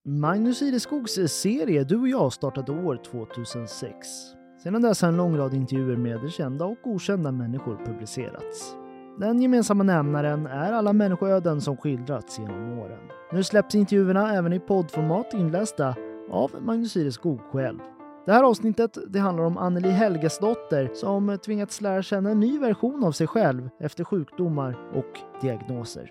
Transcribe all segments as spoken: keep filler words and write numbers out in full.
Magnus Ireskogs serie Du och jag startade år tvåtusensex. Sedan dess har en lång rad intervjuer med kända och okända människor publicerats. Den gemensamma nämnaren är alla människoöden som skildrats genom åren. Nu släpps intervjuerna även i poddformat inlästa av Magnus Ireskog själv. Det här avsnittet det handlar om Anneli Helgesdotter som tvingats lära känna en ny version av sig själv efter sjukdomar och diagnoser.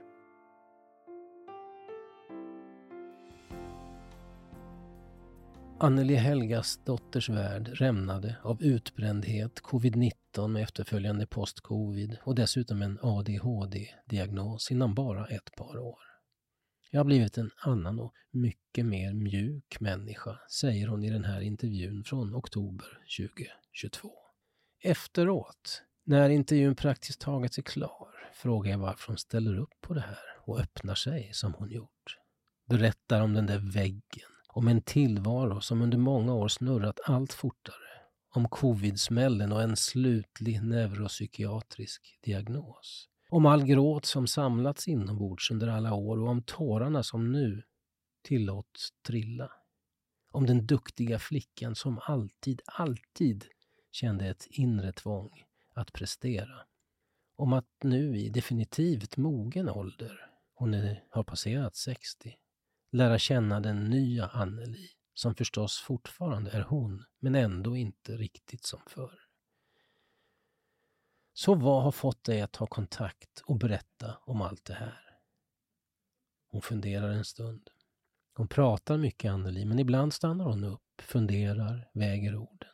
Anneli Helgesdotters värld rämnade av utbrändhet, covid nitton med efterföljande post-covid och dessutom en A D H D-diagnos inom bara ett par år. Jag har blivit en annan och mycket mer mjuk människa, säger hon i den här intervjun från oktober tjugohundratjugotvå. Efteråt, när intervjun praktiskt taget är klar, frågar jag varför hon ställer upp på det här och öppnar sig som hon gjort. Berättar om den där väggen, om en tillvaro som under många år snurrat allt fortare, om covid-smällen och en slutlig neuropsykiatrisk diagnos. Om all gråt som samlats inombords under alla år och om tårarna som nu tillåts trilla. Om den duktiga flickan som alltid, alltid kände ett inre tvång att prestera. Om att nu i definitivt mogen ålder, hon är, har passerat sextio, lära känna den nya Anneli, som förstås fortfarande är hon, men ändå inte riktigt som förr. Så vad har fått dig att ta kontakt och berätta om allt det här? Hon funderar en stund. Hon pratar mycket, Anneli, men ibland stannar hon upp, funderar, väger orden.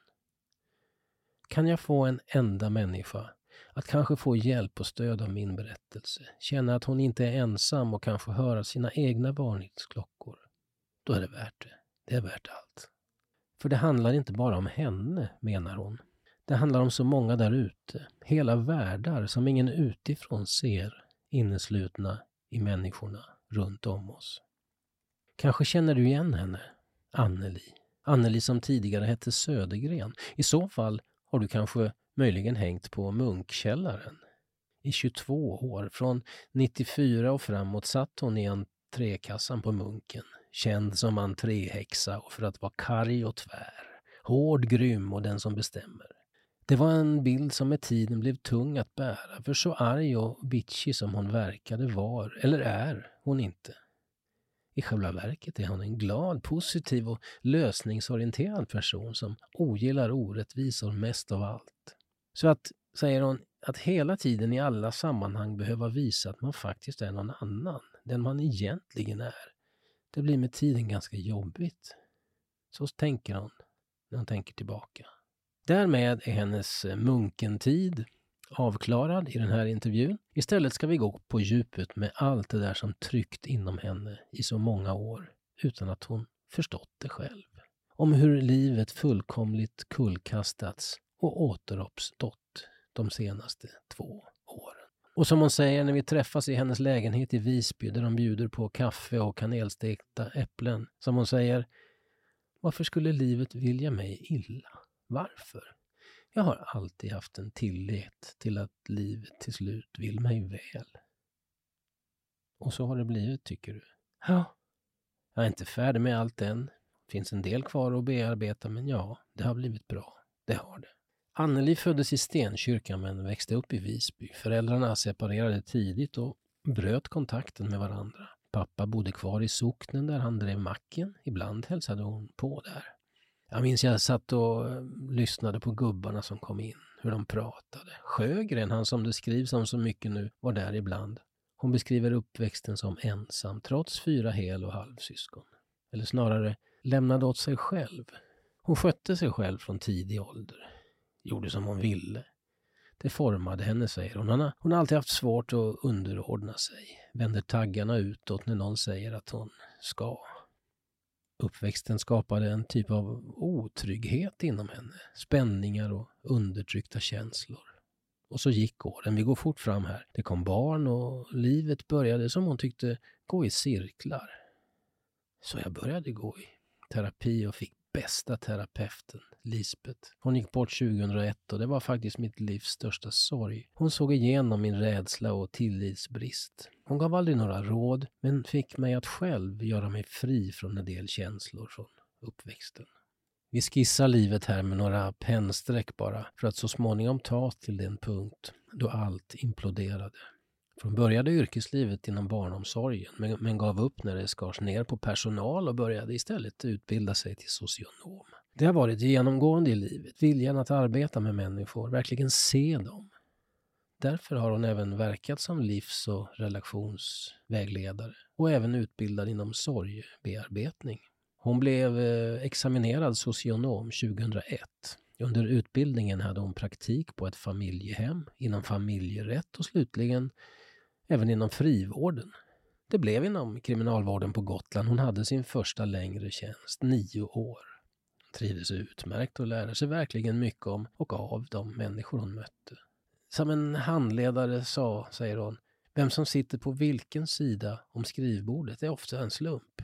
Kan jag få en enda människa att kanske få hjälp och stöd av min berättelse, känna att hon inte är ensam och kanske höra sina egna varningsklockor, då är det värt det. Det är värt allt. För det handlar inte bara om henne, menar hon. Det handlar om så många där ute, hela världar som ingen utifrån ser, inneslutna i människorna runt om oss. Kanske känner du igen henne, Anneli. Anneli som tidigare hette Södergren. I så fall har du kanske möjligen hängt på Munkkällaren. I tjugotvå år, från nittiofyra och framåt, satt hon i entrékassan på Munken. Känd som entréhäxa och för att vara karg och tvär. Hård, grym och den som bestämmer. Det var en bild som med tiden blev tung att bära, för så arg och bitchig som hon verkade var, eller är hon inte. I själva verket är hon en glad, positiv och lösningsorienterad person som ogillar orättvisor mest av allt. Så att, säger hon, att hela tiden i alla sammanhang behöva visa att man faktiskt är någon annan, den man egentligen är. Det blir med tiden ganska jobbigt. Så tänker hon när hon tänker tillbaka. Därmed är hennes munkentid avklarad i den här intervjun. Istället ska vi gå på djupet med allt det där som tryckt inom henne i så många år utan att hon förstått det själv. Om hur livet fullkomligt kullkastats och återuppstått de senaste två åren. Och som hon säger när vi träffas i hennes lägenhet i Visby där de bjuder på kaffe och kanelstekta äpplen. Som hon säger, varför skulle livet vilja mig illa? Varför? Jag har alltid haft en tillit till att livet till slut vill mig väl. Och så har det blivit, tycker du? Ja. Jag är inte färdig med allt än. Det finns en del kvar att bearbeta, men ja, det har blivit bra. Det har det. Anneli föddes i Stenkyrka men växte upp i Visby. Föräldrarna separerade tidigt och bröt kontakten med varandra. Pappa bodde kvar i socknen där han drev macken. Ibland hälsade hon på där. Jag minns jag satt och lyssnade på gubbarna som kom in, hur de pratade. Sjögren, han som det skrivs om så mycket nu, var där ibland. Hon beskriver uppväxten som ensam, trots fyra hel- och halvsyskon. Eller snarare, lämnade åt sig själv. Hon skötte sig själv från tidig ålder. Gjorde som hon ville. Det formade henne, säger hon. Hon har, hon har alltid haft svårt att underordna sig. Vänder taggarna utåt när någon säger att hon ska. Uppväxten skapade en typ av otrygghet inom henne. Spänningar och undertryckta känslor. Och så gick åren. Vi går fort fram här. Det kom barn och livet började, som hon tyckte, gå i cirklar. Så jag började gå i terapi och fick bästa terapeuten, Lisbeth. Hon gick bort tjugohundraett och det var faktiskt mitt livs största sorg. Hon såg igenom min rädsla och tillitsbrist. Hon gav aldrig några råd, men fick mig att själv göra mig fri från en del känslor från uppväxten. Vi skissar livet här med några pennsträck bara för att så småningom ta till den punkt då allt imploderade. Från började yrkeslivet inom barnomsorgen men, men gav upp när det skars ner på personal och började istället utbilda sig till socionom. Det har varit genomgående i livet, viljan att arbeta med människor, verkligen se dem. Därför har hon även verkat som livs- och relationsvägledare och även utbildad inom sorgbearbetning. Hon blev eh, examinerad socionom tjugohundraett. Under utbildningen hade hon praktik på ett familjehem inom familjerätt och slutligen även inom frivården. Det blev inom kriminalvården på Gotland. Hon hade sin första längre tjänst, nio år. Hon trivdes utmärkt och lärde sig verkligen mycket om och av de människor hon mötte. Som en handledare sa, säger hon, vem som sitter på vilken sida om skrivbordet är ofta en slump.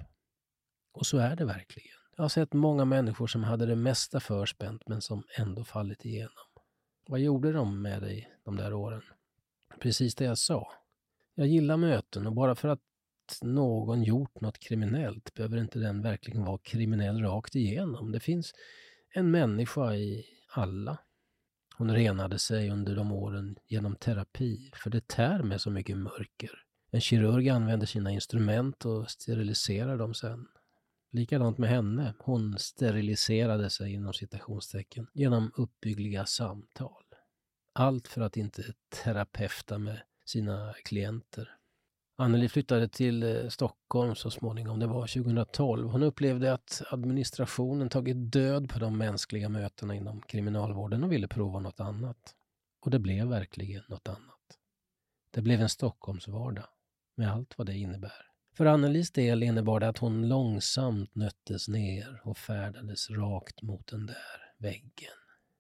Och så är det verkligen. Jag har sett många människor som hade det mesta förspänt men som ändå fallit igenom. Vad gjorde de med dig de där åren? Precis det jag sa. Jag gillar möten och bara för att någon gjort något kriminellt behöver inte den verkligen vara kriminell rakt igenom. Det finns en människa i alla. Hon renade sig under de åren genom terapi för det tär med så mycket mörker. En kirurg använder sina instrument och steriliserar dem sen. Likadant med henne. Hon steriliserade sig inom citationstecken genom uppbyggliga samtal. Allt för att inte terapeuta med sina klienter. Anneli flyttade till Stockholm så småningom. Det var tjugohundratolv. Hon upplevde att administrationen tagit död på de mänskliga mötena inom kriminalvården och ville prova något annat. Och det blev verkligen något annat. Det blev en Stockholmsvardag med allt vad det innebär. För Annelis del innebar det att hon långsamt nöttes ner och färdades rakt mot den där väggen.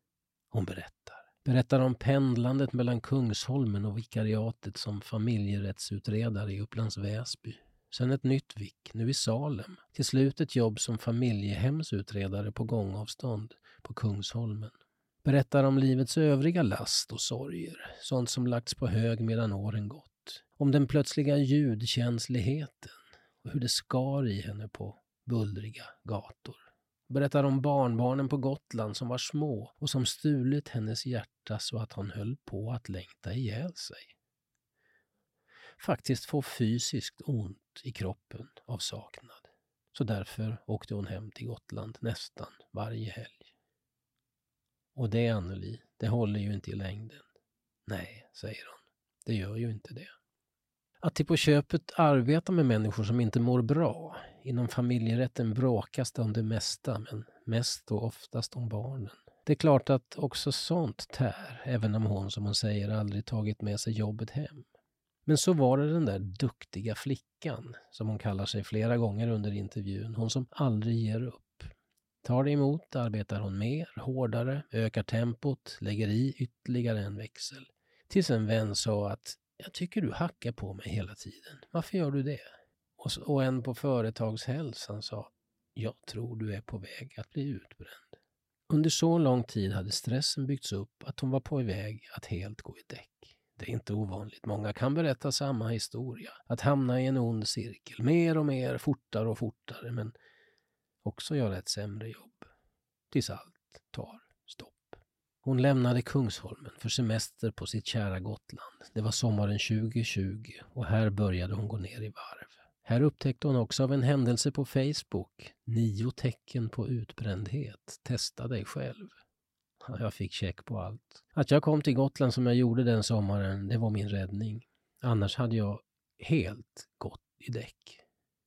Hon berättar. Berättar om pendlandet mellan Kungsholmen och vikariatet som familjerättsutredare i Upplands Väsby. Sen ett nytt vik, nu i Salem. Till slut ett jobb som familjehemsutredare på gångavstånd på Kungsholmen. Berättar om livets övriga last och sorger. Sånt som lagts på hög medan åren gått. Om den plötsliga ljudkänsligheten och hur det skar i henne på bullriga gator. Berättar om barnbarnen på Gotland som var små och som stulit hennes hjärta så att hon höll på att längta ihjäl sig. Faktiskt få fysiskt ont i kroppen av saknad. Så därför åkte hon hem till Gotland nästan varje helg. Och det, Anneli, det håller ju inte i längden. Nej, säger hon. Det gör ju inte det. Att till på köpet arbeta med människor som inte mår bra. Inom familjerätten bråkas det om det mesta, men mest och oftast om barnen. Det är klart att också sånt tär, även om hon som hon säger aldrig tagit med sig jobbet hem. Men så var det den där duktiga flickan, som hon kallar sig flera gånger under intervjun. Hon som aldrig ger upp. Tar det emot arbetar hon mer, hårdare, ökar tempot, lägger i ytterligare en växel. Tills en vän sa att jag tycker du hackar på mig hela tiden. Varför gör du det? Och, så, och en på företagshälsan sa, jag tror du är på väg att bli utbränd. Under så lång tid hade stressen byggts upp att hon var på väg att helt gå i däck. Det är inte ovanligt. Många kan berätta samma historia. Att hamna i en ond cirkel. Mer och mer, fortare och fortare. Men också göra ett sämre jobb. Tills allt tar stopp. Hon lämnade Kungsholmen för semester på sitt kära Gotland. Det var sommaren tjugohundratjugo och här började hon gå ner i varv. Här upptäckte hon också av en händelse på Facebook. Nio tecken på utbrändhet. Testa dig själv. Jag fick check på allt. Att jag kom till Gotland som jag gjorde den sommaren, det var min räddning. Annars hade jag helt gått i däck.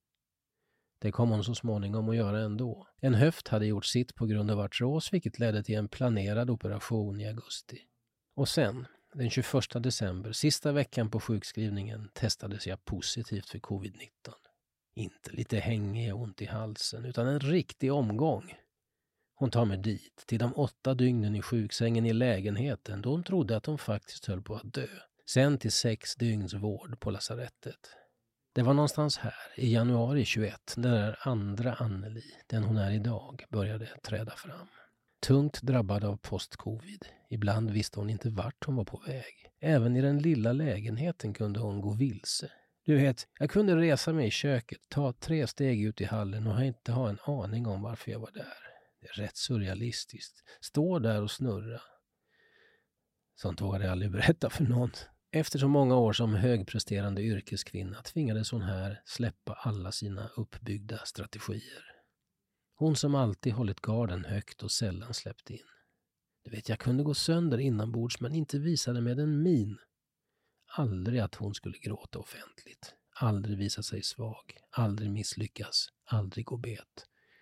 Det kom hon så småningom att göra ändå. En höft hade gjort sitt på grund av artros, vilket ledde till en planerad operation i augusti. Och sen, den tjugoförsta december, sista veckan på sjukskrivningen, testades jag positivt för covid nitton. Inte lite hängig och ont i halsen, utan en riktig omgång. Hon tar mig dit, till de åtta dygnen i sjuksängen i lägenheten, då hon trodde att hon faktiskt höll på att dö. Sen till sex dygns vård på lasarettet. Det var någonstans här, i januari tjugoett, där andra Anneli, den hon är idag, började träda fram. Tungt drabbad av post-covid. Ibland visste hon inte vart hon var på väg. Även i den lilla lägenheten kunde hon gå vilse. Du vet, jag kunde resa mig i köket, ta tre steg ut i hallen och inte ha en aning om varför jag var där. Det är rätt surrealistiskt. Stå där och snurra. Sånt vågade jag aldrig berätta för någon. Efter så många år som högpresterande yrkeskvinna tvingades hon här släppa alla sina uppbyggda strategier. Hon som alltid hållit garden högt och sällan släppt in. Du vet, jag kunde gå sönder inombords men inte visade med en min. Aldrig att hon skulle gråta offentligt. Aldrig visa sig svag. Aldrig misslyckas. Aldrig gå bet.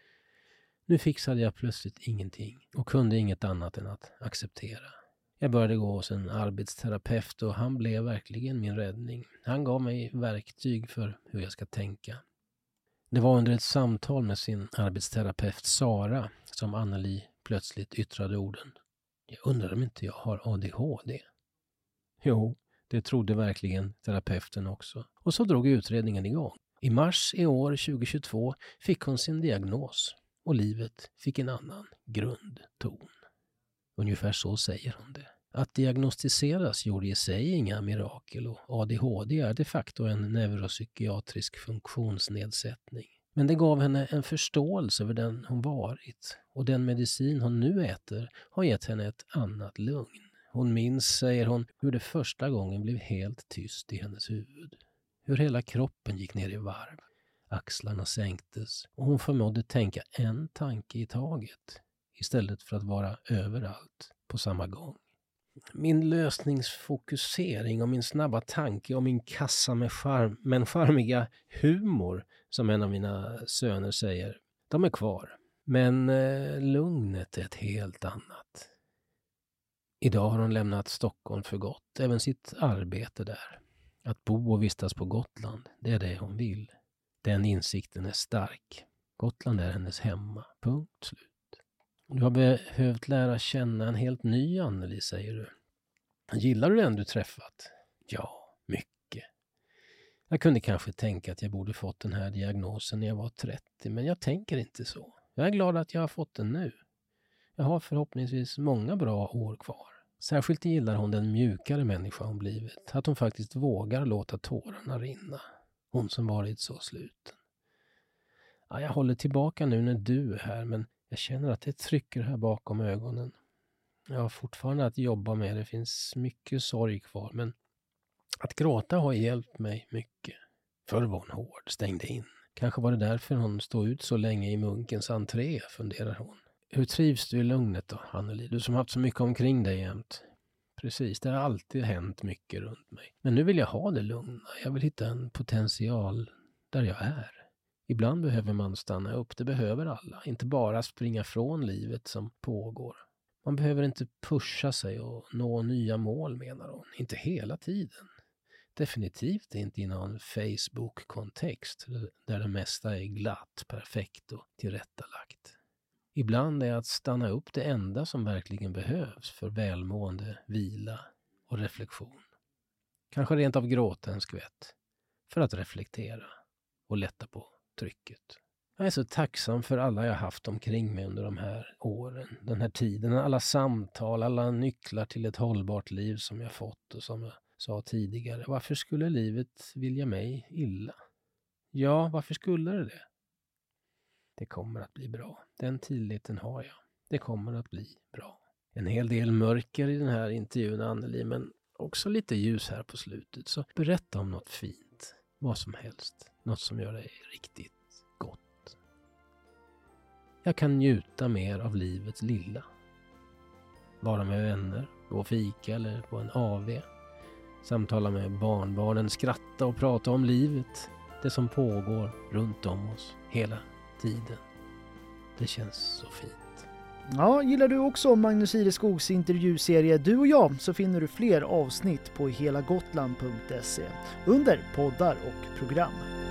Nu fixade jag plötsligt ingenting och kunde inget annat än att acceptera. Jag började gå hos en arbetsterapeut och han blev verkligen min räddning. Han gav mig verktyg för hur jag ska tänka. Det var under ett samtal med sin arbetsterapeut Sara som Anneli plötsligt yttrade orden. Jag undrar om inte jag har A D H D. Jo, det trodde verkligen terapeuten också. Och så drog utredningen igång. I mars i år tjugohundratjugotvå fick hon sin diagnos och livet fick en annan grundton. Ungefär så säger hon det. Att diagnostiseras gjorde i sig inga mirakel och A D H D är de facto en neuropsykiatrisk funktionsnedsättning. Men det gav henne en förståelse över den hon varit och den medicin hon nu äter har gett henne ett annat lugn. Hon minns, säger hon, hur det första gången blev helt tyst i hennes huvud. Hur hela kroppen gick ner i varv. Axlarna sänktes och hon förmådde tänka en tanke i taget istället för att vara överallt på samma gång. Min lösningsfokusering och min snabba tanke och min kassa med charm, men charmiga humor, som en av mina söner säger, de är kvar. Men eh, lugnet är ett helt annat. Idag har hon lämnat Stockholm för gott, även sitt arbete där. Att bo och vistas på Gotland, det är det hon vill. Den insikten är stark. Gotland är hennes hemma. Punkt slut. Du har behövt lära känna en helt ny Anneli, säger du. Gillar du den du träffat? Ja, mycket. Jag kunde kanske tänka att jag borde fått den här diagnosen när jag var trettio, men jag tänker inte så. Jag är glad att jag har fått den nu. Jag har förhoppningsvis många bra år kvar. Särskilt gillar hon den mjukare människa hon blivit. Att hon faktiskt vågar låta tårarna rinna. Hon som varit så sluten. Ja, jag håller tillbaka nu när du är här, men jag känner att det trycker här bakom ögonen. Jag har fortfarande att jobba med. Det finns mycket sorg kvar, men att gråta har hjälpt mig mycket. Förr var hon hård, stängde in. Kanske var det därför hon stod ut så länge i munkens entré, funderar hon. Hur trivs du i lugnet då, Anneli? Du som haft så mycket omkring dig jämt. Precis, det har alltid hänt mycket runt mig. Men nu vill jag ha det lugna. Jag vill hitta en potential där jag är. Ibland behöver man stanna upp, det behöver alla. Inte bara springa från livet som pågår. Man behöver inte pusha sig och nå nya mål, menar hon. Inte hela tiden. Definitivt inte i någon Facebook-kontext där det mesta är glatt, perfekt och tillrättalagt. Ibland är att stanna upp det enda som verkligen behövs för välmående, vila och reflektion. Kanske rent av gråta en skvätt för att reflektera och lätta på trycket. Jag är så tacksam för alla jag haft omkring mig under de här åren, den här tiden, alla samtal, alla nycklar till ett hållbart liv som jag fått och som jag sa tidigare. Varför skulle livet vilja mig illa? Ja, varför skulle det det? Det kommer att bli bra. Den tilliten har jag. Det kommer att bli bra. En hel del mörker i den här intervjun, Anneli, men också lite ljus här på slutet. Så berätta om något fint. Vad som helst. Något som gör dig riktigt gott. Jag kan njuta mer av livets lilla. Vara med vänner, gå och fika eller på en A V. Samtala med barnbarnen, skratta och prata om livet. Det som pågår runt om oss hela tiden. Det känns så fint. Ja, gillar du också Magnus Ireskogs intervjuserie Du och jag, så finner du fler avsnitt på helagotland punkt se under poddar och program.